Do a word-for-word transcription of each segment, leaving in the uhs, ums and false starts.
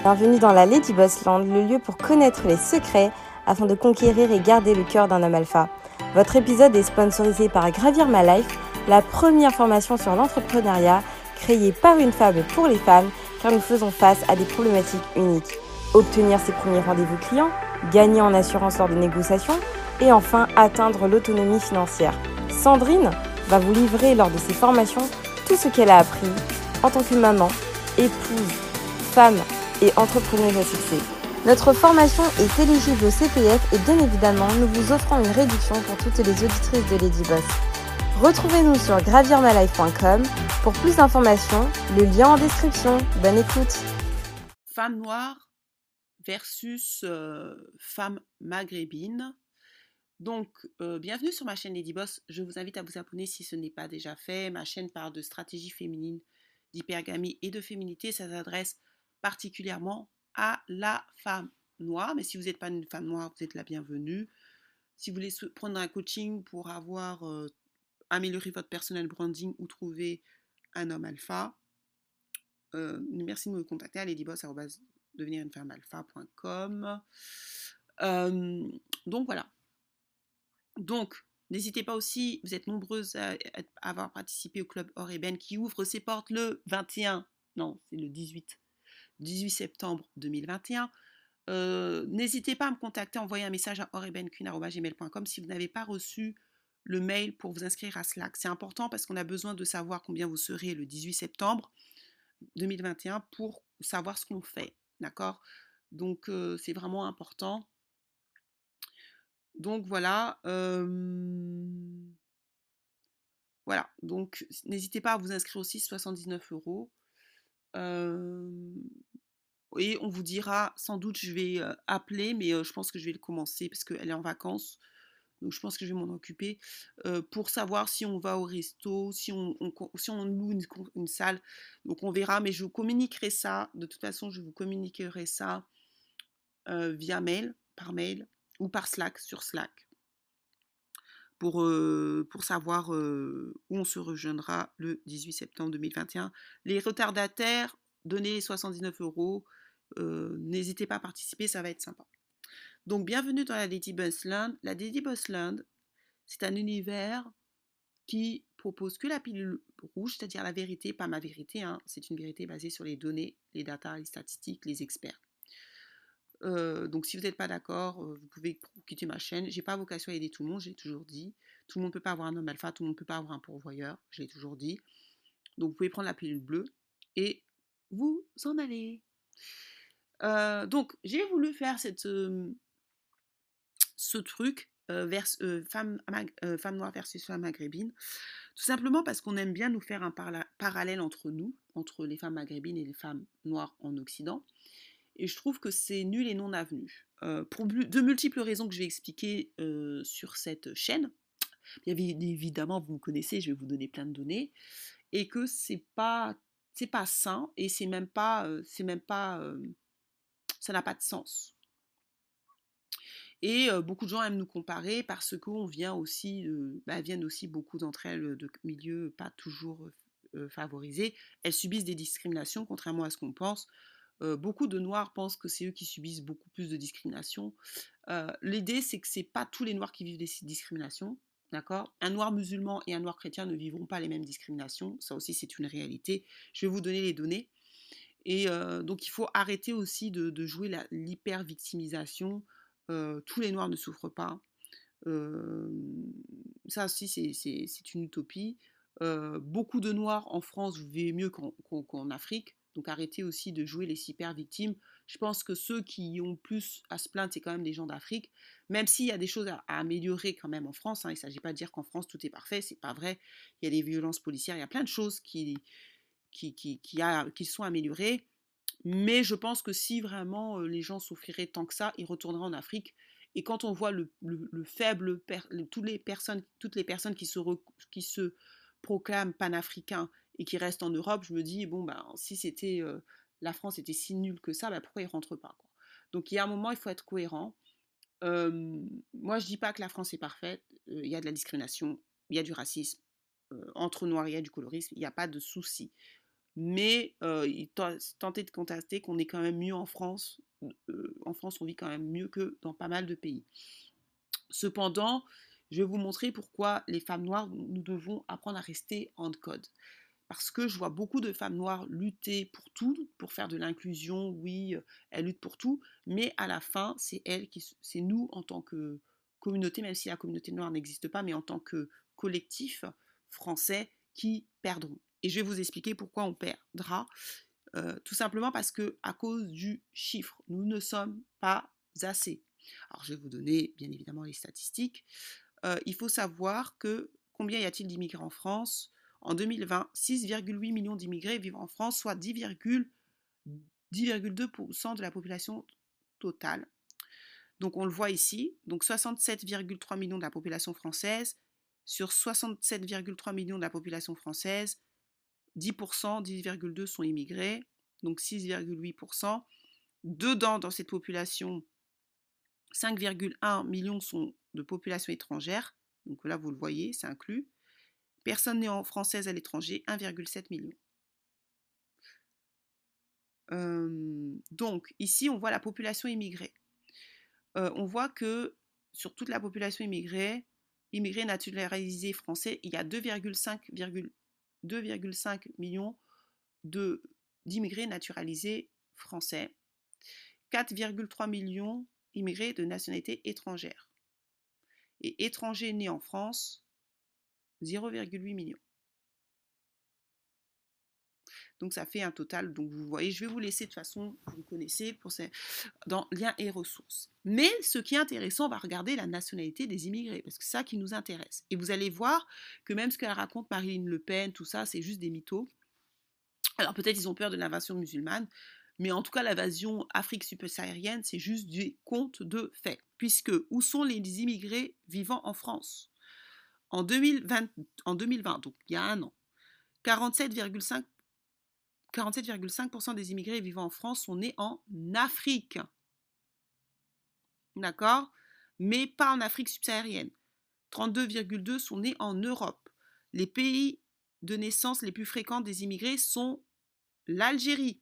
Bienvenue dans la Lady Boss Land, le lieu pour connaître les secrets afin de conquérir et garder le cœur d'un homme alpha. Votre épisode est sponsorisé par Gravir My Life, la première formation sur l'entrepreneuriat créée par une femme pour les femmes, car nous faisons face à des problématiques uniques. Obtenir ses premiers rendez-vous clients, gagner en assurance lors de négociations et enfin atteindre l'autonomie financière. Sandrine va vous livrer lors de ses formations tout ce qu'elle a appris en tant que maman, épouse, femme et entrepreneuse à succès. Notre formation est éligible au C P F et bien évidemment, nous vous offrons une réduction pour toutes les auditrices de Lady Boss. Retrouvez-nous sur gravir my life point com pour plus d'informations, le lien en description. Bonne écoute. Femme noire versus euh, femme maghrébine. Donc, euh, bienvenue sur ma chaîne Lady Boss. Je vous invite à vous abonner si ce n'est pas déjà fait. Ma chaîne parle de stratégie féminine, d'hypergamie et de féminité. Ça s'adresse particulièrement à la femme noire. Mais si vous n'êtes pas une femme noire, vous êtes la bienvenue. Si vous voulez prendre un coaching pour avoir euh, amélioré votre personal branding ou trouver un homme alpha, euh, merci de me contacter à ladyboss arobase devenir une femme alpha point com. Euh, donc voilà. Donc, n'hésitez pas aussi, vous êtes nombreuses à, à avoir participé au club Or Ébène qui ouvre ses portes le vingt et un, non, c'est le dix-huit, dix-huit septembre deux mille vingt et un. Euh, n'hésitez pas à me contacter, envoyer un message à or eben queen arobase gmail point com si vous n'avez pas reçu le mail pour vous inscrire à Slack. C'est important parce qu'on a besoin de savoir combien vous serez le dix-huit septembre deux mille vingt et un pour savoir ce qu'on fait, d'accord? Donc, euh, c'est vraiment important. Donc, voilà. Euh... Voilà. Donc, n'hésitez pas à vous inscrire aussi, soixante-dix-neuf euros. Euh... Et on vous dira, sans doute, je vais euh, appeler, mais euh, je pense que je vais le commencer parce qu'elle est en vacances. Donc, je pense que je vais m'en occuper euh, pour savoir si on va au resto, si on, on, si on loue une, une salle. Donc, on verra, mais je vous communiquerai ça. De toute façon, je vous communiquerai ça euh, via mail, par mail ou par Slack, sur Slack, pour, euh, pour savoir euh, où on se rejoindra le dix-huit septembre deux mille vingt et un. Les retardataires, donnez les soixante-dix-neuf euros. Euh, n'hésitez pas à participer, ça va être sympa. Donc, bienvenue dans la Lady Boss Land. La Lady Boss Land, c'est un univers qui propose que la pilule rouge, c'est-à-dire la vérité, pas ma vérité, hein. C'est une vérité basée sur les données, les datas, les statistiques, les experts. Euh, donc si vous n'êtes pas d'accord, euh, vous pouvez quitter ma chaîne. J'ai pas vocation à aider tout le monde, j'ai toujours dit. Tout le monde ne peut pas avoir un homme alpha, tout le monde ne peut pas avoir un pourvoyeur, je l'ai toujours dit. Donc vous pouvez prendre la pilule bleue et vous en allez. Euh, donc j'ai voulu faire cette, euh, ce truc euh, vers, euh, femme, euh, femme noire versus femme maghrébine, tout simplement parce qu'on aime bien nous faire un parla- parallèle entre nous, entre les femmes maghrébines et les femmes noires en Occident. Et je trouve que c'est nul et non avenu. Euh, pour de multiples raisons que je vais expliquer euh, sur cette chaîne. Bien évidemment, vous me connaissez, je vais vous donner plein de données. Et que c'est pas, c'est pas sain et c'est même pas, euh, c'est même pas, euh, ça n'a pas de sens. Et euh, beaucoup de gens aiment nous comparer parce qu'on vient aussi, euh, bah, viennent aussi beaucoup d'entre elles de milieux pas toujours euh, favorisés. Elles subissent des discriminations, contrairement à ce qu'on pense. Euh, beaucoup de Noirs pensent que c'est eux qui subissent beaucoup plus de discrimination. Euh, L'idée, c'est que c'est pas tous les Noirs qui vivent des discriminations, d'accord? Un Noir musulman et un Noir chrétien ne vivront pas les mêmes discriminations. Ça aussi, c'est une réalité. Je vais vous donner les données. Et euh, donc, il faut arrêter aussi de, de jouer l'hyper-victimisation. Euh, tous les Noirs ne souffrent pas. Euh, ça aussi, c'est une utopie. Euh, beaucoup de Noirs en France vivent mieux qu'en qu qu Afrique. Donc arrêtez aussi de jouer les super victimes. Je pense que ceux qui ont plus à se plaindre, c'est quand même des gens d'Afrique. Même s'il y a des choses à, à améliorer quand même en France. Hein. Il ne s'agit pas de dire qu'en France tout est parfait. C'est pas vrai. Il y a des violences policières. Il y a plein de choses qui, qui, qui, qui, a, qui sont améliorées. Mais je pense que si vraiment euh, les gens souffriraient tant que ça, ils retourneraient en Afrique. Et quand on voit le, le, le faible, per, le, toutes, les personnes, toutes les personnes qui se, re, qui se proclament panafricains et qui restent en Europe, je me dis, bon, ben, si c'était euh, la France était si nulle que ça, ben, pourquoi ils ne rentrent pas, quoi. Donc il y a un moment, il faut être cohérent. Euh, moi, je ne dis pas que la France est parfaite. Il euh, y a de la discrimination, il y a du racisme. Euh, entre noirs, il y a du colorisme, il n'y a pas de souci. mais euh, il tentait de constater qu'on est quand même mieux en France. Euh, en France, on vit quand même mieux que dans pas mal de pays. Cependant, je vais vous montrer pourquoi les femmes noires, nous devons apprendre à rester en code. Parce que je vois beaucoup de femmes noires lutter pour tout, pour faire de l'inclusion, oui, elles luttent pour tout, mais à la fin, c'est elles qui, c'est nous en tant que communauté, même si la communauté noire n'existe pas, mais en tant que collectif français qui perdront. Et je vais vous expliquer pourquoi on perdra. Euh, tout simplement parce que à cause du chiffre, nous ne sommes pas assez. Alors je vais vous donner bien évidemment les statistiques. Euh, il faut savoir que combien y a-t-il d'immigrés en France? En deux mille vingt, six virgule huit millions d'immigrés vivent en France, soit dix virgule deux pour cent de la population totale. Donc on le voit ici, donc soixante-sept virgule trois millions de la population française. Sur soixante-sept virgule trois millions de la population française, dix pour cent, dix virgule deux sont immigrés, donc six virgule huit pour cent. Dedans, dans cette population, cinq virgule un millions sont de population étrangère, donc là vous le voyez, c'est inclus. Personnes nées en française à l'étranger, un virgule sept million. Euh, donc ici, on voit la population immigrée. Euh, on voit que sur toute la population immigrée, immigrés naturalisés français, il y a deux virgule cinq millions de, d'immigrés naturalisés français, quatre virgule trois millions immigrés de nationalité étrangère. Et étrangers nés en France, zéro virgule huit millions. Donc ça fait un total, donc vous voyez, je vais vous laisser de toute façon, vous connaissez, pour ces, dans liens et ressources. Mais ce qui est intéressant, on va regarder la nationalité des immigrés, parce que c'est ça qui nous intéresse. Et vous allez voir que même ce qu'elle raconte Marine Le Pen, tout ça, c'est juste des mythos. Alors peut-être ils ont peur de l'invasion musulmane, mais en tout cas l'invasion Afrique subsaharienne, c'est juste des contes de faits. Puisque où sont les immigrés vivant en France? En deux mille vingt, en deux mille vingt, donc il y a un an, quarante-sept virgule cinq pour cent des immigrés vivant en France sont nés en Afrique. D'accord? Mais pas en Afrique subsaharienne. trente-deux virgule deux sont nés en Europe. Les pays de naissance les plus fréquents des immigrés sont l'Algérie,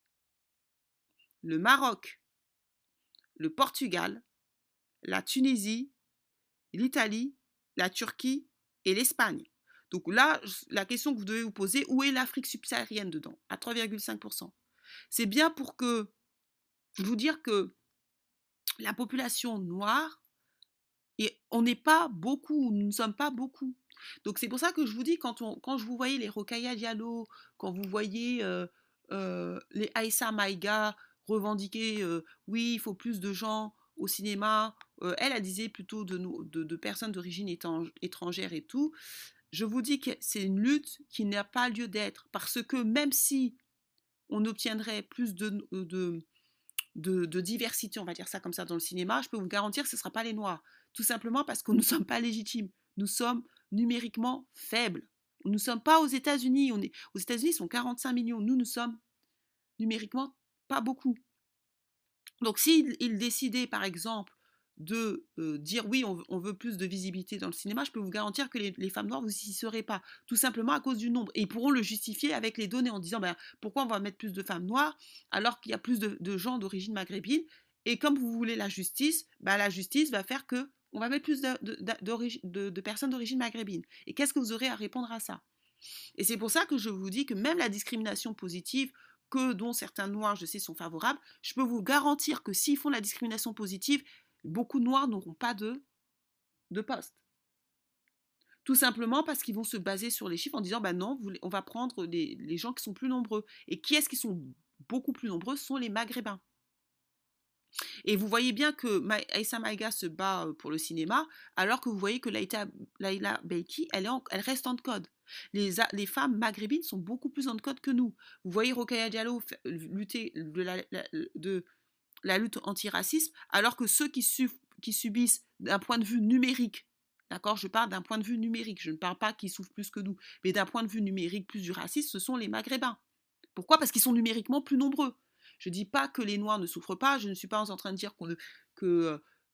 le Maroc, le Portugal, la Tunisie, l'Italie, la Turquie et l'Espagne. Donc là, la question que vous devez vous poser, où est l'Afrique subsaharienne dedans? À trois virgule cinq pour cent. C'est bien pour que vous dire que la population noire, et on n'est pas beaucoup, nous ne sommes pas beaucoup. Donc c'est pour ça que je vous dis, quand, on, quand je vous voyais les Rokhaya Diallo, quand vous voyez euh, euh, les Aïssa Maïga revendiquer, euh, oui, il faut plus de gens au cinéma, euh, elle, elle disait plutôt de, de, de personnes d'origine étrangère et tout, je vous dis que c'est une lutte qui n'a pas lieu d'être, parce que même si on obtiendrait plus de, de, de, de diversité, on va dire ça comme ça, dans le cinéma, je peux vous garantir que ce ne sera pas les Noirs. Tout simplement parce que nous ne sommes pas légitimes. Nous sommes numériquement faibles. Nous ne sommes pas aux États-Unis. On est, aux États-Unis, ils sont quarante-cinq millions. Nous, nous sommes numériquement pas beaucoup. Donc, s'ils ils décidaient, par exemple, de euh, dire oui, on, on veut plus de visibilité dans le cinéma, je peux vous garantir que les, les femmes noires, vous n'y serez pas, tout simplement à cause du nombre. Et ils pourront le justifier avec les données en disant ben, pourquoi on va mettre plus de femmes noires alors qu'il y a plus de, de gens d'origine maghrébine. Et comme vous voulez la justice, ben, la justice va faire que on va mettre plus de, de, de, de personnes d'origine maghrébine. Et qu'est-ce que vous aurez à répondre à ça? Et c'est pour ça que je vous dis que même la discrimination positive, que dont certains noirs, je sais, sont favorables, je peux vous garantir que s'ils font la discrimination positive, beaucoup de noirs n'auront pas de, de poste. Tout simplement parce qu'ils vont se baser sur les chiffres en disant bah non, on va prendre les, les gens qui sont plus nombreux. Et qui est-ce qui sont beaucoup plus nombreux? Ce sont les Maghrébins. Et vous voyez bien que Aïssa Maïga se bat pour le cinéma, alors que vous voyez que Laïla Belki, elle, est en, elle reste en code. Les, les femmes maghrébines sont beaucoup plus en code que nous. Vous voyez Rokhaya Diallo lutter de la, la, de la lutte anti-racisme, alors que ceux qui, su, qui subissent d'un point de vue numérique, d'accord, je parle d'un point de vue numérique, je ne parle pas qu'ils souffrent plus que nous, mais d'un point de vue numérique plus du racisme, ce sont les Maghrébins. Pourquoi? Parce qu'ils sont numériquement plus nombreux. Je ne dis pas que les Noirs ne souffrent pas, je ne suis pas en train de dire qu'on, que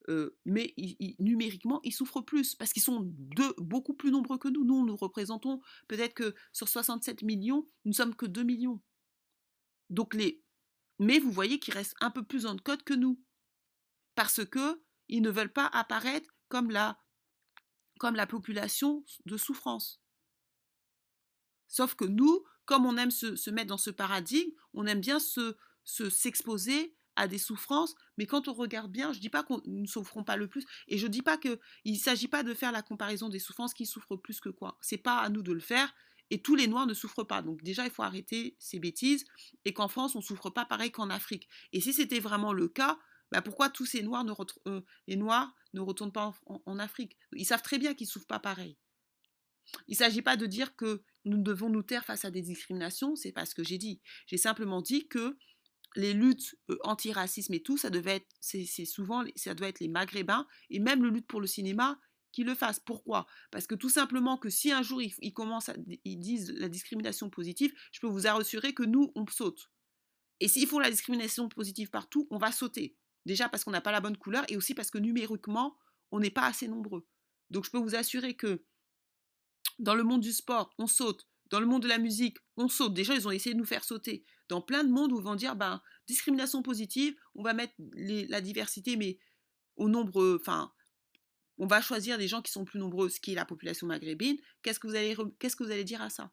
euh, mais ils- ils- numériquement, ils souffrent plus parce qu'ils sont deux, beaucoup plus nombreux que nous. Nous, nous représentons peut-être que sur soixante-sept millions, nous ne sommes que deux millions. Donc les... Mais vous voyez qu'ils restent un peu plus en code que nous parce que ils ne veulent pas apparaître comme la, comme la population de souffrance. Sauf que nous, comme on aime se, se mettre dans ce paradigme, on aime bien se, se, s'exposer à des souffrances, mais quand on regarde bien, je ne dis pas qu'on ne souffrons pas le plus, et je ne dis pas qu'il ne s'agit pas de faire la comparaison des souffrances qui souffrent plus que quoi. Ce n'est pas à nous de le faire, et tous les Noirs ne souffrent pas. Donc déjà, il faut arrêter ces bêtises, et qu'en France, on ne souffre pas pareil qu'en Afrique. Et si c'était vraiment le cas, bah pourquoi tous ces Noirs ne, euh, les Noirs ne retournent pas en, en, en Afrique? Ils savent très bien qu'ils ne souffrent pas pareil. Il ne s'agit pas de dire que nous devons nous taire face à des discriminations, c'est pas ce que j'ai dit. J'ai simplement dit que les luttes euh, anti-racisme et tout, ça devait être, c'est, c'est souvent, ça doit être les Maghrébins et même le lutte pour le cinéma qui le fassent. Pourquoi? Parce que tout simplement que si un jour ils, ils commencent, à, ils disent la discrimination positive, je peux vous assurer que nous on saute. Et s'ils font la discrimination positive partout, on va sauter. Déjà parce qu'on n'a pas la bonne couleur et aussi parce que numériquement on n'est pas assez nombreux. Donc je peux vous assurer que dans le monde du sport, on saute. Dans le monde de la musique, on saute. Déjà, ils ont essayé de nous faire sauter. Dans plein de mondes où ils vont dire, ben, discrimination positive, on va mettre les, la diversité, mais au nombre, enfin, on va choisir des gens qui sont plus nombreux, ce qui est la population maghrébine. Qu'est-ce que vous allez, qu'est-ce que vous allez dire à ça?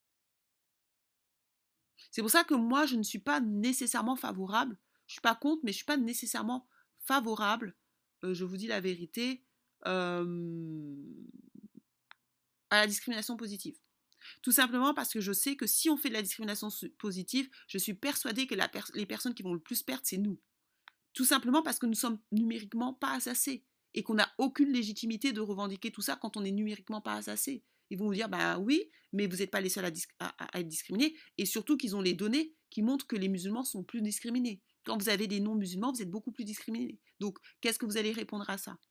C'est pour ça que moi, je ne suis pas nécessairement favorable. Je ne suis pas contre, mais je ne suis pas nécessairement favorable, euh, je vous dis la vérité, euh, à la discrimination positive. Tout simplement parce que je sais que si on fait de la discrimination positive, je suis persuadée que la per- les personnes qui vont le plus perdre, c'est nous. Tout simplement parce que nous sommes numériquement pas assez et qu'on n'a aucune légitimité de revendiquer tout ça quand on est numériquement pas assez. Ils vont vous dire, bah oui, mais vous n'êtes pas les seuls à, à, à être discriminés, et surtout qu'ils ont les données qui montrent que les musulmans sont plus discriminés. Quand vous avez des non-musulmans, vous êtes beaucoup plus discriminés. Donc, qu'est-ce que vous allez répondre à ça?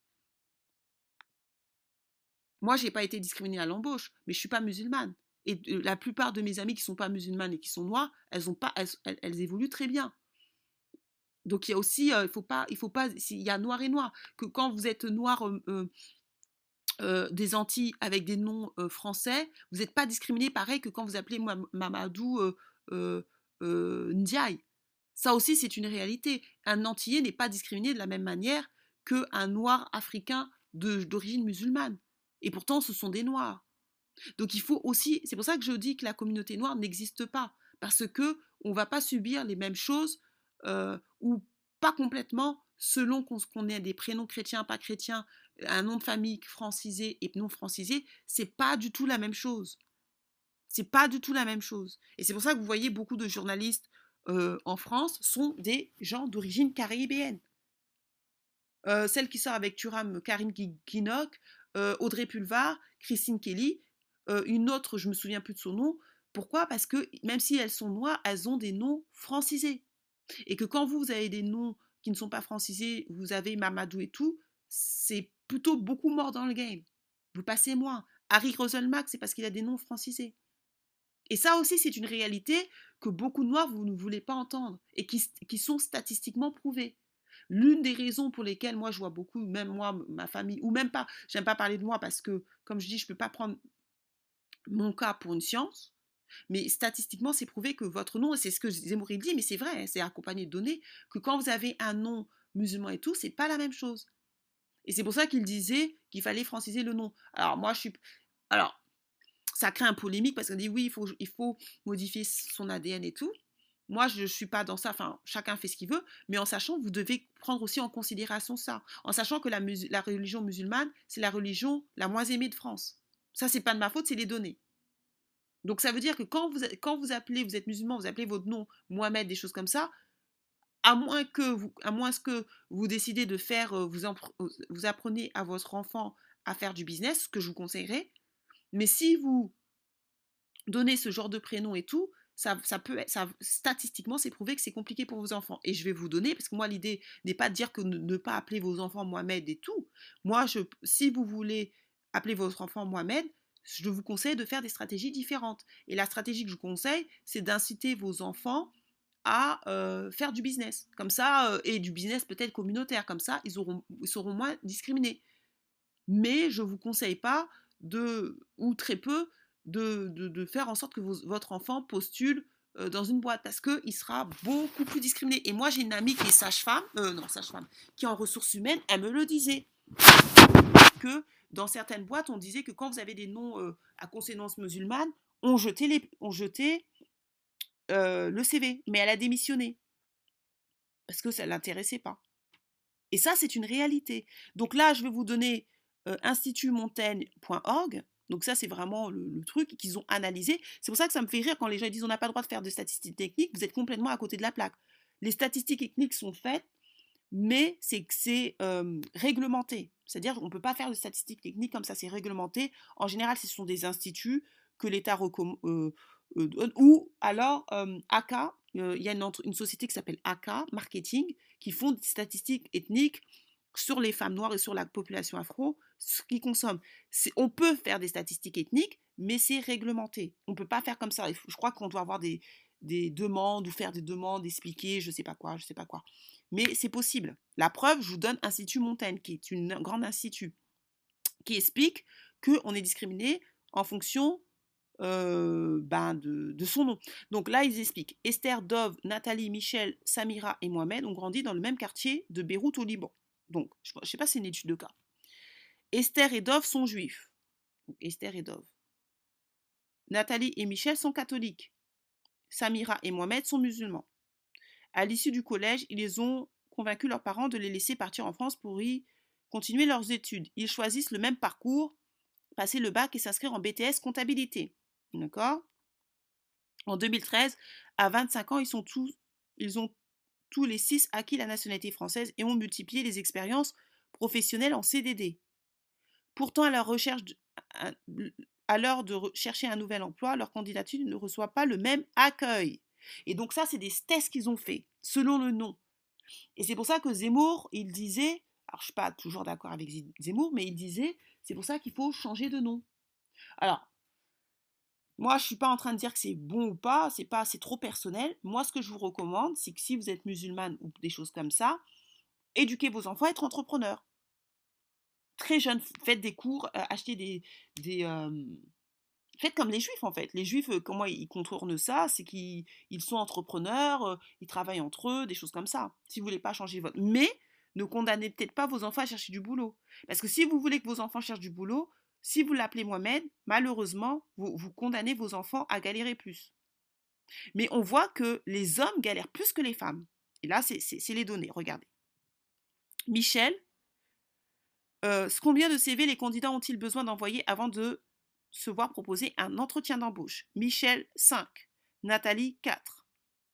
Moi, je n'ai pas été discriminée à l'embauche, mais je ne suis pas musulmane. Et la plupart de mes amies qui ne sont pas musulmanes et qui sont noires, elles, ont pas, elles, elles, elles évoluent très bien. Donc il y a aussi, euh, il faut pas, il faut pas, il y a noir et noir. Que quand vous êtes noir euh, euh, des Antilles avec des noms euh, français, vous n'êtes pas discriminé pareil que quand vous appelez Mamadou euh, euh, euh, Ndiaye. Ça aussi, c'est une réalité. Un Antillais n'est pas discriminé de la même manière qu'un noir africain d'origine musulmane. Et pourtant, ce sont des noirs. Donc il faut aussi, c'est pour ça que je dis que la communauté noire n'existe pas, parce que on va pas subir les mêmes choses euh, ou pas complètement selon qu'on, qu'on ait des prénoms chrétiens, pas chrétiens, un nom de famille francisé et non francisé, c'est pas du tout la même chose. C'est pas du tout la même chose. Et c'est pour ça que vous voyez beaucoup de journalistes euh, en France sont des gens d'origine caribéenne. Euh, celle qui sort avec Turam, Karine Guinoc, euh, Audrey Pulvar, Christine Kelly, euh, une autre, je me souviens plus de son nom. Pourquoi? Parce que même si elles sont noires, elles ont des noms francisés. Et que quand vous, vous avez des noms qui ne sont pas francisés, vous avez Mamadou et tout, c'est plutôt beaucoup mort dans le game. Vous passez moins. Harry Roselmack, c'est parce qu'il a des noms francisés. Et ça aussi, c'est une réalité que beaucoup de Noirs, vous ne voulez pas entendre et qui, qui sont statistiquement prouvées. L'une des raisons pour lesquelles moi je vois beaucoup, même moi, ma famille, ou même pas, j'aime pas parler de moi parce que, comme je dis, je peux pas prendre mon cas pour une science, mais statistiquement, c'est prouvé que votre nom, et c'est ce que Zemmour dit, mais c'est vrai, hein, c'est accompagné de données, que quand vous avez un nom musulman et tout, c'est pas la même chose. Et c'est pour ça qu'il disait qu'il fallait franciser le nom. Alors moi, je suis... Alors, ça crée un polémique parce qu'on dit oui, il faut, il faut modifier son A D N et tout. Moi, je ne suis pas dans ça, enfin, chacun fait ce qu'il veut, mais en sachant, vous devez prendre aussi en considération ça, en sachant que la, mus- la religion musulmane, c'est la religion la moins aimée de France. Ça, c'est pas de ma faute, c'est les données. Donc, ça veut dire que quand vous, quand vous appelez, vous êtes musulman, vous appelez votre nom Mohamed, des choses comme ça, à moins que vous, à moins que vous décidez de faire, euh, vous, en, vous apprenez à votre enfant à faire du business, ce que je vous conseillerais, mais si vous donnez ce genre de prénom et tout, ça, ça peut être, ça, statistiquement, c'est prouvé que c'est compliqué pour vos enfants. Et je vais vous donner, parce que moi, l'idée n'est pas de dire que ne, ne pas appeler vos enfants Mohamed et tout. Moi, je, si vous voulez appeler votre enfant Mohamed, je vous conseille de faire des stratégies différentes. Et la stratégie que je vous conseille, c'est d'inciter vos enfants à euh, faire du business. Comme ça, euh, et du business peut-être communautaire. Comme ça, ils, auront, ils seront moins discriminés. Mais je ne vous conseille pas, de, ou très peu, de, de, de faire en sorte que vos, votre enfant postule euh, dans une boîte parce qu'il sera beaucoup plus discriminé. Et moi, j'ai une amie qui est sage-femme, euh, non, sage-femme, qui est en ressources humaines, elle me le disait. Que dans certaines boîtes, on disait que quand vous avez des noms euh, à consonance musulmane, on jetait, les, on jetait euh, le C V. Mais elle a démissionné parce que ça ne l'intéressait pas. Et ça, c'est une réalité. Donc là, je vais vous donner euh, institut montaigne point org. Donc ça, c'est vraiment le, le truc qu'ils ont analysé. C'est pour ça que ça me fait rire quand les gens disent on n'a pas le droit de faire de statistiques techniques. Vous êtes complètement à côté de la plaque. Les statistiques techniques sont faites, mais c'est que c'est euh, réglementé. C'est-à-dire qu'on ne peut pas faire de statistiques techniques comme ça, c'est réglementé. En général, ce sont des instituts que l'État recommande, euh, euh, donne, ou alors euh, A K, il euh, y a une, entre, une société qui s'appelle A K Marketing, qui font des statistiques ethniques sur les femmes noires et sur la population afro, ce qu'ils consomment. C'est, on peut faire des statistiques ethniques, mais c'est réglementé. On ne peut pas faire comme ça. Je crois qu'on doit avoir des, des demandes ou faire des demandes, expliquer, je ne sais pas quoi, je sais pas quoi. Mais c'est possible. La preuve, je vous donne Institut Montaigne, qui est une grande institut, qui explique qu'on est discriminé en fonction euh, ben de, de son nom. Donc là, ils expliquent. Esther, Dove, Nathalie, Michel, Samira et Mohamed ont grandi dans le même quartier de Beyrouth au Liban. Donc, je ne sais pas si c'est une étude de cas. Esther et Dove sont juifs. Donc, Esther et Dove. Nathalie et Michel sont catholiques. Samira et Mohamed sont musulmans. À l'issue du collège, ils ont convaincu leurs parents de les laisser partir en France pour y continuer leurs études. Ils choisissent le même parcours, passer le bac et s'inscrire en B T S comptabilité. D'accord ? En deux mille treize, à vingt-cinq ans, ils, sont tous, ils ont tous les six acquis la nationalité française et ont multiplié les expériences professionnelles en C D D. Pourtant, à leur recherche de, à, à l'heure de chercher un nouvel emploi, leur candidature ne reçoit pas le même accueil. Et donc ça, c'est des tests qu'ils ont faits, selon le nom. Et c'est pour ça que Zemmour, il disait, alors je ne suis pas toujours d'accord avec Zemmour, mais il disait, c'est pour ça qu'il faut changer de nom. Alors, moi, je ne suis pas en train de dire que c'est bon ou pas, c'est pas, c'est trop personnel. Moi, ce que je vous recommande, c'est que si vous êtes musulmane ou des choses comme ça, éduquez vos enfants à être entrepreneurs. Très jeunes, faites des cours, euh, achetez des... des euh, faites comme les juifs, en fait. Les juifs, euh, comment ils contournent ça, c'est qu'ils ils sont entrepreneurs, euh, ils travaillent entre eux, des choses comme ça. Si vous voulez pas changer votre... Mais ne condamnez peut-être pas vos enfants à chercher du boulot. Parce que si vous voulez que vos enfants cherchent du boulot, si vous l'appelez Mohamed, malheureusement, vous, vous condamnez vos enfants à galérer plus. Mais on voit que les hommes galèrent plus que les femmes. Et là, c'est, c'est, c'est les données, regardez. Michel, euh, combien de C V les candidats ont-ils besoin d'envoyer avant de se voir proposer un entretien d'embauche? Michel, cinq. Nathalie, quatre.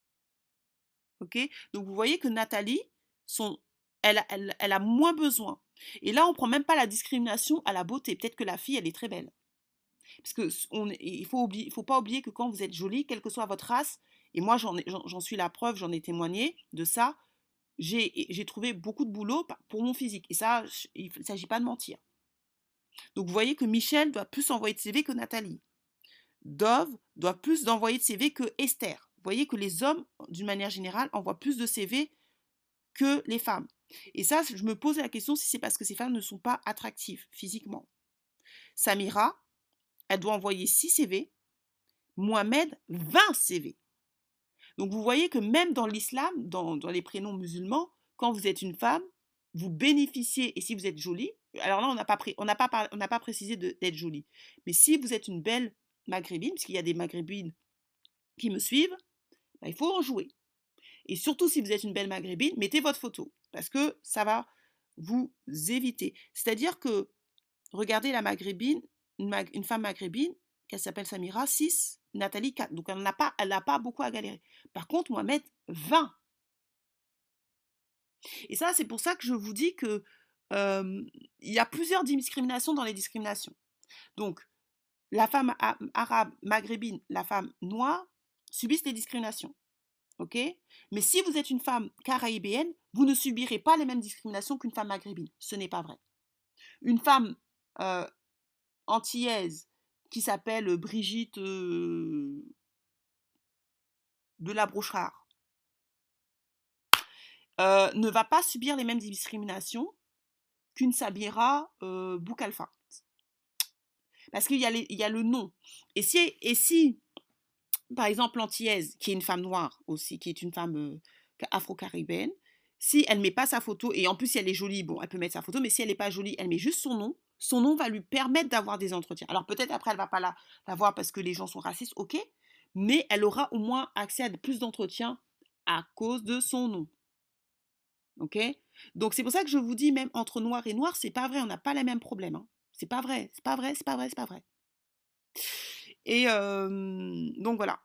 Ok? Donc vous voyez que Nathalie, son, elle, elle, elle a moins besoin. Et là, on ne prend même pas la discrimination à la beauté. Peut-être que la fille, elle est très belle. Parce que on, il faut oublier, il faut pas oublier que quand vous êtes jolie, quelle que soit votre race, et moi j'en, j'en, j'en suis la preuve, j'en ai témoigné de ça, j'ai, j'ai trouvé beaucoup de boulot pour mon physique. Et ça, il ne s'agit pas de mentir. Donc vous voyez que Michel doit plus envoyer de C V que Nathalie. Dove doit plus d'envoyer de C V que Esther. Vous voyez que les hommes, d'une manière générale, envoient plus de C V que les femmes. Et ça, je me pose la question si c'est parce que ces femmes ne sont pas attractives physiquement. Samira, elle doit envoyer six C V. Mohamed, vingt C V. Donc vous voyez que même dans l'islam, dans, dans les prénoms musulmans, quand vous êtes une femme, vous bénéficiez, et si vous êtes jolie, alors là on n'a pas, on n'a pas, on n'a pas précisé de, d'être jolie, mais si vous êtes une belle maghrébine, puisqu'il y a des maghrébines qui me suivent, ben, il faut en jouer. Et surtout si vous êtes une belle maghrébine, mettez votre photo, parce que ça va vous éviter. C'est-à-dire que, regardez la maghrébine, une, mag, une femme maghrébine, qu'elle s'appelle Samira, six, Nathalie, quatre. Donc elle n'a pas, elle n'a pas beaucoup à galérer. Par contre, Mohamed, vingt. Et ça, c'est pour ça que je vous dis que euh, il y a plusieurs discriminations dans les discriminations. Donc, la femme arabe, maghrébine, la femme noire subissent les discriminations. Ok ? Mais si vous êtes une femme caraïbéenne, vous ne subirez pas les mêmes discriminations qu'une femme maghrébine. Ce n'est pas vrai. Une femme euh, antillaise qui s'appelle Brigitte euh, de la Brochard, euh, ne va pas subir les mêmes discriminations qu'une Samira euh, Boukalfa. Parce qu'il y a, les, il y a le nom. Et si, et si, par exemple, l'antillaise, qui est une femme noire aussi, qui est une femme euh, afro-caribéenne, si elle ne met pas sa photo, et en plus si elle est jolie, bon, elle peut mettre sa photo, mais si elle n'est pas jolie, elle met juste son nom, son nom va lui permettre d'avoir des entretiens. Alors peut-être après, elle ne va pas la, la voir parce que les gens sont racistes, ok, mais elle aura au moins accès à plus d'entretiens à cause de son nom. Ok? Donc c'est pour ça que je vous dis, même entre noir et noir, c'est pas vrai, on n'a pas les mêmes problèmes. Hein. C'est pas vrai, c'est pas vrai, c'est pas vrai, c'est pas vrai. Et euh, donc voilà.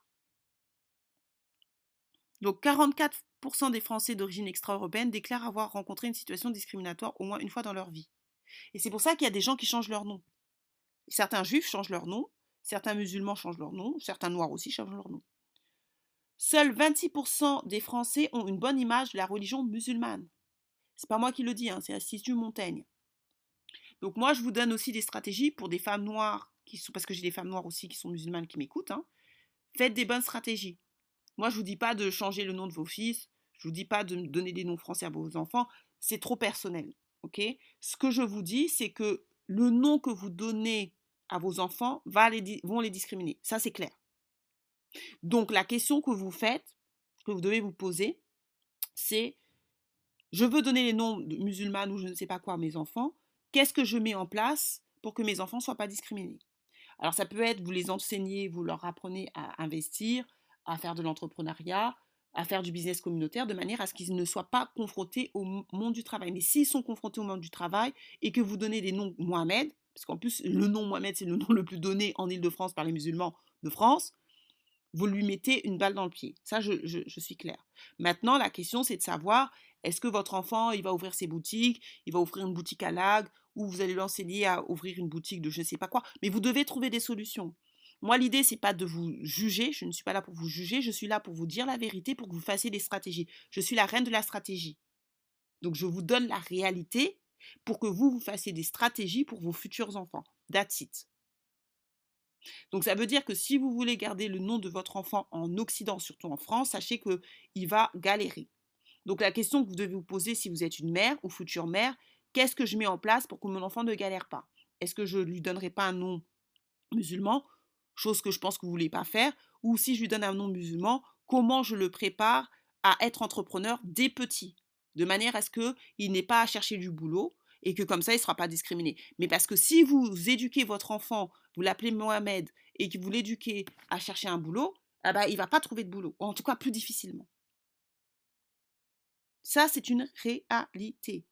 Donc quarante-quatre pour cent des Français d'origine extra-européenne déclarent avoir rencontré une situation discriminatoire au moins une fois dans leur vie. Et c'est pour ça qu'il y a des gens qui changent leur nom. Certains juifs changent leur nom, certains musulmans changent leur nom, certains noirs aussi changent leur nom. Seuls vingt-six pour cent des Français ont une bonne image de la religion musulmane. C'est pas moi qui le dis, hein, c'est l'Institut Montaigne. Donc moi, je vous donne aussi des stratégies pour des femmes noires, qui sont, parce que j'ai des femmes noires aussi qui sont musulmanes qui m'écoutent. Hein. Faites des bonnes stratégies. Moi, je ne vous dis pas de changer le nom de vos fils, je ne vous dis pas de donner des noms français à vos enfants, c'est trop personnel. Okay. Ce que je vous dis, c'est que le nom que vous donnez à vos enfants va les, vont les discriminer. Ça, c'est clair. Donc, la question que vous faites, que vous devez vous poser, c'est je veux donner les noms de musulmanes ou je ne sais pas quoi à mes enfants. Qu'est-ce que je mets en place pour que mes enfants ne soient pas discriminés? Alors, ça peut être, vous les enseignez, vous leur apprenez à investir, à faire de l'entrepreneuriat, à faire du business communautaire, de manière à ce qu'ils ne soient pas confrontés au monde du travail. Mais s'ils sont confrontés au monde du travail et que vous donnez des noms Mohamed, parce qu'en plus, le nom Mohamed, c'est le nom le plus donné en Île-de-France par les musulmans de France, vous lui mettez une balle dans le pied. Ça, je, je, je suis claire. Maintenant, la question, c'est de savoir, est-ce que votre enfant, il va ouvrir ses boutiques, il va ouvrir une boutique à Lag, ou vous allez l'enseigner à ouvrir une boutique de je ne sais pas quoi. Mais vous devez trouver des solutions. Moi, l'idée, c'est pas de vous juger. Je ne suis pas là pour vous juger. Je suis là pour vous dire la vérité, pour que vous fassiez des stratégies. Je suis la reine de la stratégie. Donc, je vous donne la réalité pour que vous, vous fassiez des stratégies pour vos futurs enfants. That's it. Donc, ça veut dire que si vous voulez garder le nom de votre enfant en Occident, surtout en France, sachez qu'il va galérer. Donc, la question que vous devez vous poser si vous êtes une mère ou future mère, qu'est-ce que je mets en place pour que mon enfant ne galère pas? Est-ce que je ne lui donnerai pas un nom musulman, chose que je pense que vous ne voulez pas faire, ou si je lui donne un nom musulman, comment je le prépare à être entrepreneur dès petit, de manière à ce qu'il n'ait pas à chercher du boulot et que comme ça, il ne sera pas discriminé. Mais parce que si vous éduquez votre enfant, vous l'appelez Mohamed, et que vous l'éduquez à chercher un boulot, eh ben, il ne va pas trouver de boulot, ou en tout cas plus difficilement. Ça, c'est une réalité.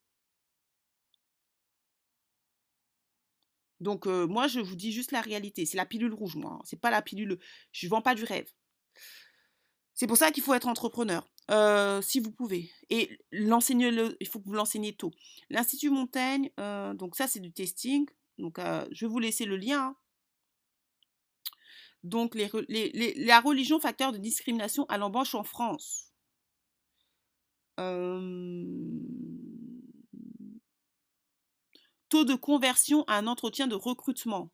Donc, euh, moi, je vous dis juste la réalité. C'est la pilule rouge, moi. Hein. C'est pas la pilule... Je ne vends pas du rêve. C'est pour ça qu'il faut être entrepreneur, euh, si vous pouvez. Et l'enseignez-le, il faut que vous l'enseigniez tôt. L'Institut Montaigne, euh, donc ça, c'est du testing. Donc, euh, je vais vous laisser le lien. Hein. Donc, les, les, les, la religion facteur de discrimination à l'embauche en France. Euh... Taux de conversion à un entretien de recrutement.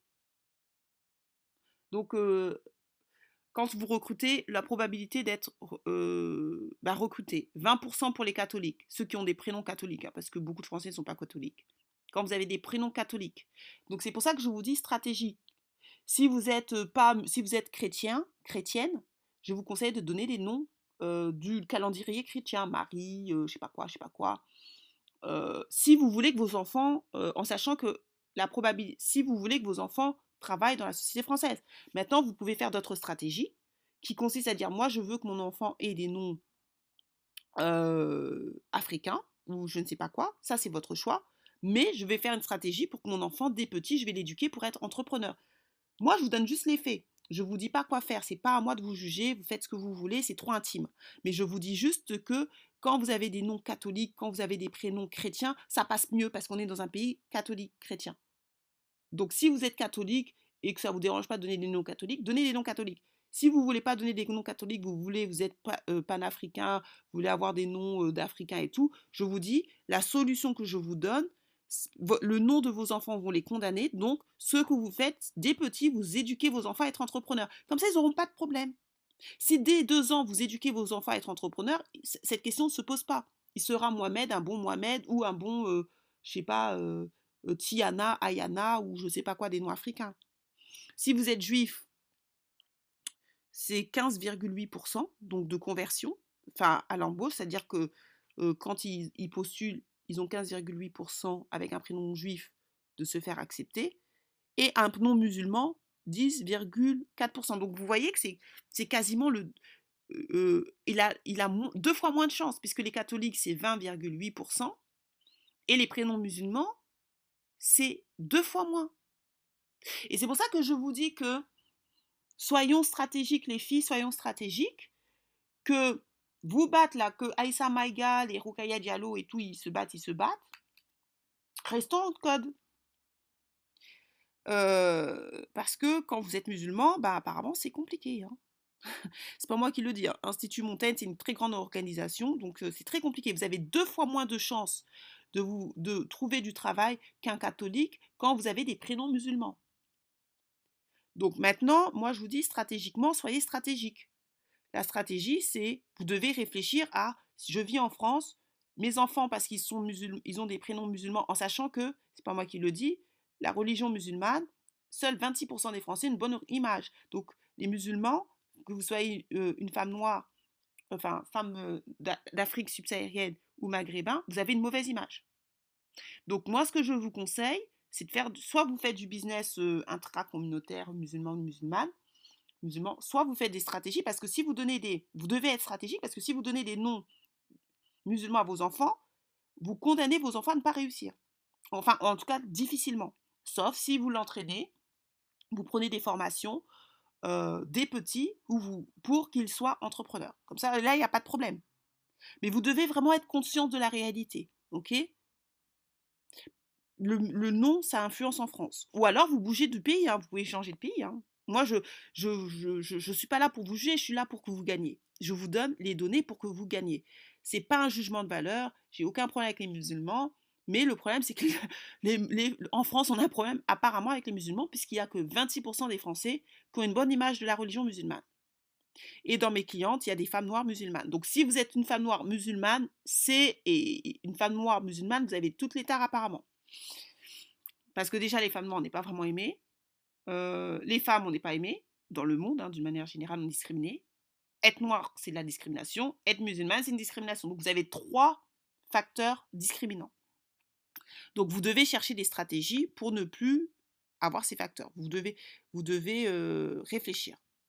Donc, euh, quand vous recrutez, la probabilité d'être euh, bah, recruté, vingt pour cent pour les catholiques, ceux qui ont des prénoms catholiques, hein, parce que beaucoup de Français ne sont pas catholiques. Quand vous avez des prénoms catholiques. Donc, c'est pour ça que je vous dis stratégie. Si vous êtes, pas, si vous êtes chrétien, chrétienne, je vous conseille de donner des noms euh, du calendrier chrétien, Marie, euh, je sais pas quoi, je sais pas quoi. Euh, si vous voulez que vos enfants, euh, en sachant que la probabilité, si vous voulez que vos enfants travaillent dans la société française. Maintenant, vous pouvez faire d'autres stratégies qui consistent à dire, moi, je veux que mon enfant ait des noms euh, africains ou je ne sais pas quoi. Ça, c'est votre choix. Mais je vais faire une stratégie pour que mon enfant, dès petit, je vais l'éduquer pour être entrepreneur. Moi, je vous donne juste les faits. Je ne vous dis pas quoi faire. C'est pas à moi de vous juger. Vous faites ce que vous voulez. C'est trop intime. Mais je vous dis juste que quand vous avez des noms catholiques, quand vous avez des prénoms chrétiens, ça passe mieux parce qu'on est dans un pays catholique chrétien. Donc, si vous êtes catholique et que ça ne vous dérange pas de donner des noms catholiques, donnez des noms catholiques. Si vous ne voulez pas donner des noms catholiques, vous voulez, vous êtes euh, panafricain, vous voulez avoir des noms euh, d'Africains et tout, je vous dis, la solution que je vous donne, le nom de vos enfants vont les condamner. Donc, ce que vous faites, dès petits, vous éduquez vos enfants à être entrepreneurs. Comme ça, ils n'auront pas de problème. Si dès deux ans, vous éduquez vos enfants à être entrepreneurs, cette question ne se pose pas. il sera Mohamed, un bon Mohamed ou un bon, euh, je sais pas, euh, euh, Tiana, Ayana ou je sais pas quoi des noms africains. Si vous êtes juif, c'est quinze virgule huit pour cent donc de conversion, enfin à l'embauche, c'est-à-dire que euh, quand ils, ils postulent, ils ont quinze virgule huit pour cent avec un prénom juif de se faire accepter, et un non musulman, dix virgule quatre pour cent. Donc vous voyez que c'est, c'est quasiment le... euh, il a, il a mo- deux fois moins de chances, puisque les catholiques, c'est vingt virgule huit pour cent, et les prénoms musulmans, c'est deux fois moins. Et c'est pour ça que je vous dis que soyons stratégiques, les filles, soyons stratégiques, que vous battent là, que Aïssa Maïga, les Roukaya Diallo et tout, ils se battent, ils se battent, restons en code. Euh, parce que quand vous êtes musulman, bah, apparemment c'est compliqué. Hein. C'est pas moi qui le dis. Hein. Institut Montaigne, c'est une très grande organisation, donc euh, c'est très compliqué. Vous avez deux fois moins de chances de, vous, de trouver du travail qu'un catholique quand vous avez des prénoms musulmans. Donc maintenant, moi je vous dis stratégiquement, soyez stratégiques. La stratégie, c'est vous devez réfléchir à si je vis en France, mes enfants parce qu'ils sont musulmans, ils ont des prénoms musulmans, en sachant que c'est pas moi qui le dis, la religion musulmane, seuls vingt-six pour cent des Français ont une bonne image. Donc les musulmans, que vous soyez euh, une femme noire, enfin femme euh, d'Afrique subsaharienne ou maghrébin, vous avez une mauvaise image. Donc moi, ce que je vous conseille, c'est de faire, soit vous faites du business euh, intra-communautaire, musulman ou musulmane, musulman, soit vous faites des stratégies, parce que si vous donnez des... Vous devez être stratégique, parce que si vous donnez des noms musulmans à vos enfants, vous condamnez vos enfants à ne pas réussir. Enfin, en tout cas, difficilement. Sauf si vous l'entraînez, vous prenez des formations, euh, des petits, ou vous, pour qu'ils soient entrepreneurs. Comme ça, là, il n'y a pas de problème. Mais vous devez vraiment être conscient de la réalité, ok? Le, le nom, ça influence en France. Ou alors, vous bougez de pays, hein, vous pouvez changer de pays. Hein. Moi, je je, je, je, je suis pas là pour vous juger, je suis là pour que vous gagnez. Je vous donne les données pour que vous gagnez. C'est pas un jugement de valeur, j'ai aucun problème avec les musulmans, mais le problème, c'est que les, les, en France, on a un problème apparemment avec les musulmans, puisqu'il n'y a que vingt-six pour cent des Français qui ont une bonne image de la religion musulmane. Et dans mes clientes, il y a des femmes noires musulmanes. Donc, si vous êtes une femme noire musulmane, c'est et une femme noire musulmane, vous avez toutes les tares apparemment. Parce que déjà, les femmes noires, on n'est pas vraiment aimées. Euh, les femmes, on n'est pas aimées. Dans le monde, hein, d'une manière générale, on est discriminé. Être noir, c'est de la discrimination. Être musulmane, c'est une discrimination. Donc, vous avez trois facteurs discriminants. Donc, vous devez chercher des stratégies pour ne plus avoir ces facteurs. Vous devez, vous devez euh, réfléchir. OK ?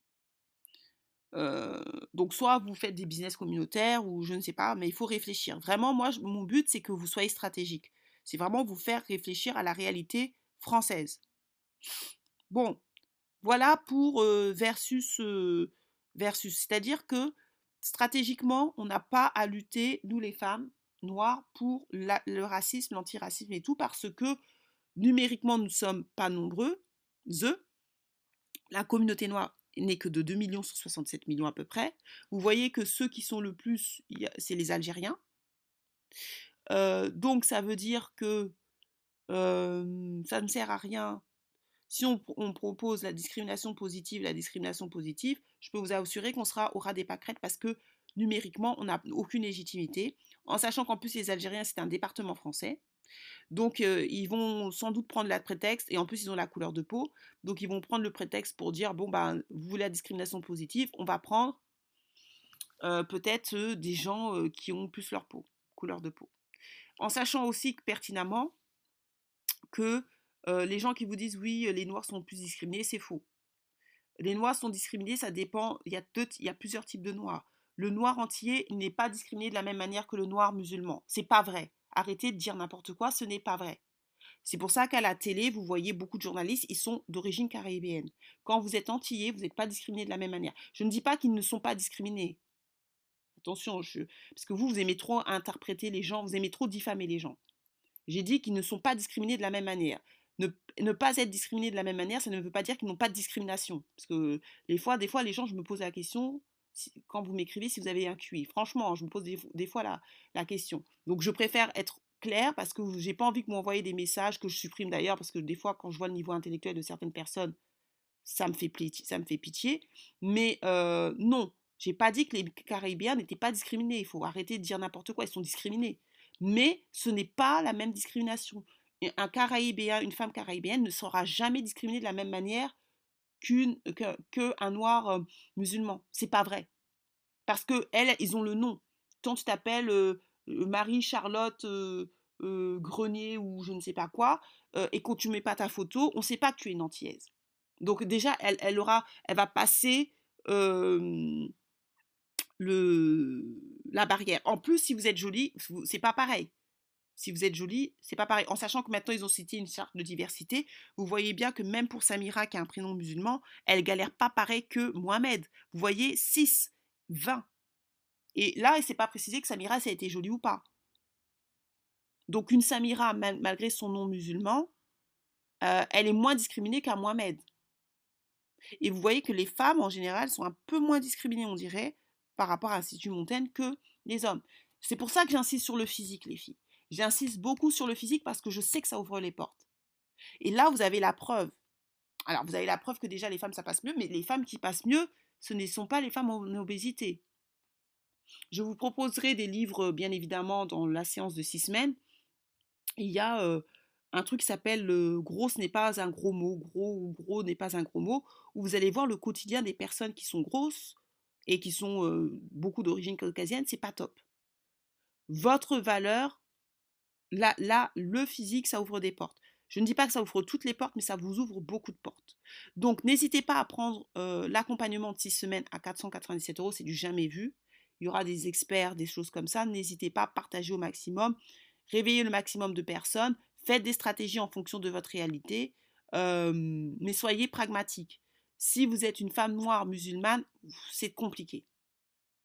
Euh, donc, soit vous faites des business communautaires ou je ne sais pas, mais il faut réfléchir. Vraiment, moi, je, mon but, c'est que vous soyez stratégique. C'est vraiment vous faire réfléchir à la réalité française. Bon, voilà pour euh, versus, euh, versus. C'est-à-dire que stratégiquement, on n'a pas à lutter, nous les femmes noires, pour la, le racisme, l'antiracisme et tout, parce que numériquement, nous ne sommes pas nombreux. The. La communauté noire n'est que de deux millions sur soixante-sept millions à peu près. Vous voyez que ceux qui sont le plus, c'est les Algériens. Euh, donc ça veut dire que euh, ça ne sert à rien. Si on, on propose la discrimination positive, la discrimination positive, je peux vous assurer qu'on sera au ras des pâquerettes parce que numériquement, on n'a aucune légitimité, en sachant qu'en plus les Algériens, c'est un département français. Donc, euh, ils vont sans doute prendre le prétexte, et en plus, ils ont la couleur de peau, donc ils vont prendre le prétexte pour dire, bon, ben, vous voulez la discrimination positive, on va prendre euh, peut-être euh, des gens euh, qui ont plus leur peau, couleur de peau. En sachant aussi que, pertinemment que euh, les gens qui vous disent, oui, les Noirs sont plus discriminés, c'est faux. Les Noirs sont discriminés, ça dépend, il y a, deux, il y a plusieurs types de Noirs. Le Noir entier n'est pas discriminé de la même manière que le Noir musulman. C'est pas vrai. Arrêtez de dire n'importe quoi, ce n'est pas vrai. C'est pour ça qu'à la télé, vous voyez beaucoup de journalistes, ils sont d'origine caribéenne. Quand vous êtes antillais, vous n'êtes pas discriminé de la même manière. Je ne dis pas qu'ils ne sont pas discriminés. Attention, je... parce que vous, vous aimez trop interpréter les gens, vous aimez trop diffamer les gens. J'ai dit qu'ils ne sont pas discriminés de la même manière. Ne, ne pas être discriminés de la même manière, ça ne veut pas dire qu'ils n'ont pas de discrimination. Parce que des fois, des fois, les gens, je me pose la question, si, quand vous m'écrivez, si vous avez un Q I. Franchement, je me pose des, des fois la, la question. Donc, je préfère être clair parce que j'ai pas envie que vous m'envoyez des messages que je supprime d'ailleurs, parce que des fois, quand je vois le niveau intellectuel de certaines personnes, ça me fait pitié. Ça me fait pitié. Mais euh, non, J'ai pas dit que les Caribéens n'étaient pas discriminés. Il faut arrêter de dire n'importe quoi. Ils sont discriminés. Mais ce n'est pas la même discrimination. Un Caribéen, une femme caribéenne ne sera jamais discriminée de la même manière qu'une que, que un noir euh, musulman. C'est pas vrai. Parce que elles, ils ont le nom. Quand tu t'appelles euh, Marie-Charlotte euh, euh, Grenier ou je ne sais pas quoi, euh, et quand tu mets pas ta photo, on ne sait pas que tu es une antillaise. Donc déjà, elle, elle aura, elle va passer euh, le, la barrière. En plus, si vous êtes jolie, c'est pas pareil. Si vous êtes jolie, c'est pas pareil. En sachant que maintenant, ils ont cité une charte de diversité, vous voyez bien que même pour Samira, qui a un prénom musulman, elle galère pas pareil que Mohamed. Vous voyez, six, vingt. Et là, il ne s'est pas précisé que Samira, ça a été jolie ou pas. Donc, une Samira, mal, malgré son nom musulman, euh, elle est moins discriminée qu'un Mohamed. Et vous voyez que les femmes, en général, sont un peu moins discriminées, on dirait, par rapport à l'Institut Montaigne que les hommes. C'est pour ça que j'insiste sur le physique, les filles. J'insiste beaucoup sur le physique parce que je sais que ça ouvre les portes. Et là, vous avez la preuve. Alors, vous avez la preuve que déjà, les femmes, ça passe mieux, mais les femmes qui passent mieux, ce ne sont pas les femmes en obésité. Je vous proposerai des livres, bien évidemment, dans la séance de six semaines. Il y a euh, un truc qui s'appelle euh, « Gros, ce n'est pas un gros mot »,« Gros ou gros n'est pas un gros mot », où vous allez voir le quotidien des personnes qui sont grosses et qui sont euh, beaucoup d'origine caucasienne, c'est pas top. Votre valeur, là, là, le physique, ça ouvre des portes. Je ne dis pas que ça ouvre toutes les portes, mais ça vous ouvre beaucoup de portes. Donc, n'hésitez pas à prendre euh, l'accompagnement de six semaines à quatre cent quatre-vingt-dix-sept euros, c'est du jamais vu. Il y aura des experts, des choses comme ça. N'hésitez pas à partager au maximum, réveillez le maximum de personnes, faites des stratégies en fonction de votre réalité, euh, mais soyez pragmatique. Si vous êtes une femme noire musulmane, c'est compliqué. D'accord ?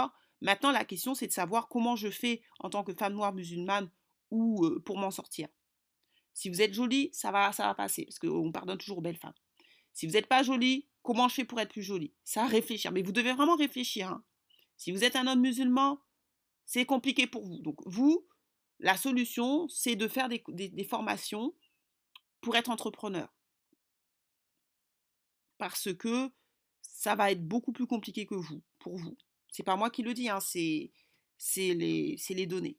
Maintenant, la question, c'est de savoir comment je fais en tant que femme noire musulmane ou euh, pour m'en sortir. Si vous êtes jolie, ça va, ça va passer, parce qu'on pardonne toujours aux belles femmes. Si vous n'êtes pas jolie, comment je fais pour être plus jolie ? Ça à réfléchir, mais vous devez vraiment réfléchir. Hein. Si vous êtes un homme musulman, c'est compliqué pour vous. Donc vous, la solution, c'est de faire des, des, des formations pour être entrepreneur. Parce que ça va être beaucoup plus compliqué que vous, pour vous. C'est pas moi qui le dis, hein, c'est, c'est, les, c'est les données.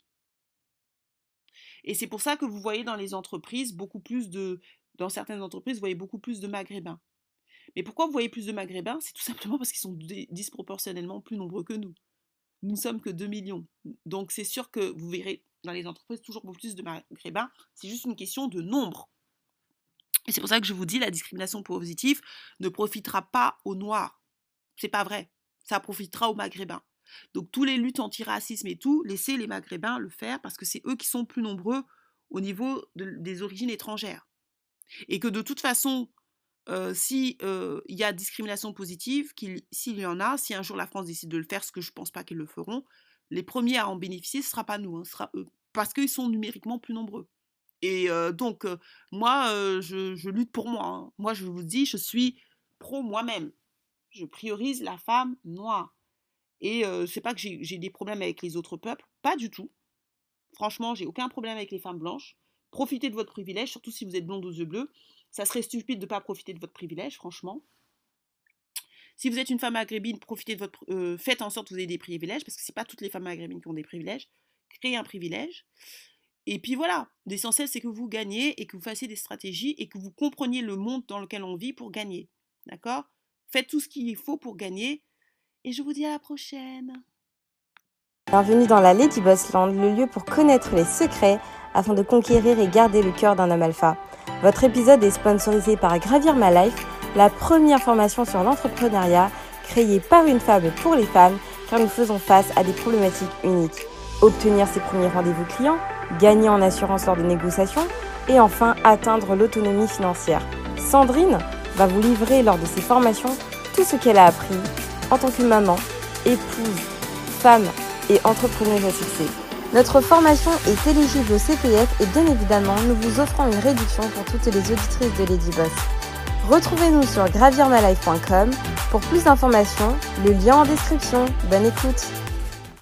Et c'est pour ça que vous voyez dans les entreprises beaucoup plus de, dans certaines entreprises, vous voyez beaucoup plus de Maghrébins. Mais pourquoi vous voyez plus de Maghrébins ? C'est tout simplement parce qu'ils sont disproportionnellement plus nombreux que nous. Nous ne sommes que deux millions. Donc c'est sûr que vous verrez dans les entreprises toujours beaucoup plus de Maghrébins. C'est juste une question de nombre. Et c'est pour ça que je vous dis, la discrimination positive ne profitera pas aux Noirs. C'est pas vrai. Ça profitera aux Maghrébins. Donc tous les luttes anti-racisme et tout, laissez les Maghrébins le faire parce que c'est eux qui sont plus nombreux au niveau de, des origines étrangères. Et que de toute façon, euh, si euh, y a discrimination positive, qu'il, s'il y en a, si un jour la France décide de le faire, ce que je ne pense pas qu'ils le feront, les premiers à en bénéficier, ce ne sera pas nous, hein, ce sera eux. Parce qu'ils sont numériquement plus nombreux. Et euh, donc, euh, moi, euh, je, je lutte pour moi. Hein. Moi, je vous dis, je suis pro moi-même. Je priorise la femme noire. Et euh, c'est pas que j'ai, j'ai des problèmes avec les autres peuples, pas du tout. Franchement, j'ai aucun problème avec les femmes blanches. Profitez de votre privilège, surtout si vous êtes blonde aux yeux bleus. Ça serait stupide de ne pas profiter de votre privilège, franchement. Si vous êtes une femme maghrébine, profitez de votre, euh, faites en sorte que vous ayez des privilèges, parce que c'est pas toutes les femmes maghrébines qui ont des privilèges. Créez un privilège. Et puis voilà, l'essentiel c'est que vous gagnez et que vous fassiez des stratégies et que vous compreniez le monde dans lequel on vit pour gagner. D'accord ? Faites tout ce qu'il faut pour gagner. Et je vous dis à la prochaine. Bienvenue dans la Lady Boss Land, le lieu pour connaître les secrets afin de conquérir et garder le cœur d'un homme alpha. Votre épisode est sponsorisé par Gravir My Life, la première formation sur l'entrepreneuriat créée par une femme pour les femmes, car nous faisons face à des problématiques uniques. Obtenir ses premiers rendez-vous clients, gagner en assurance lors de négociations et enfin atteindre l'autonomie financière. Sandrine va vous livrer lors de ses formations tout ce qu'elle a appris en tant que maman, épouse, femme et entrepreneuse à succès. Notre formation est éligible au C P F et bien évidemment, nous vous offrons une réduction pour toutes les auditrices de Lady Boss. Retrouvez-nous sur gravir my life point com pour plus d'informations, le lien en description. Bonne écoute!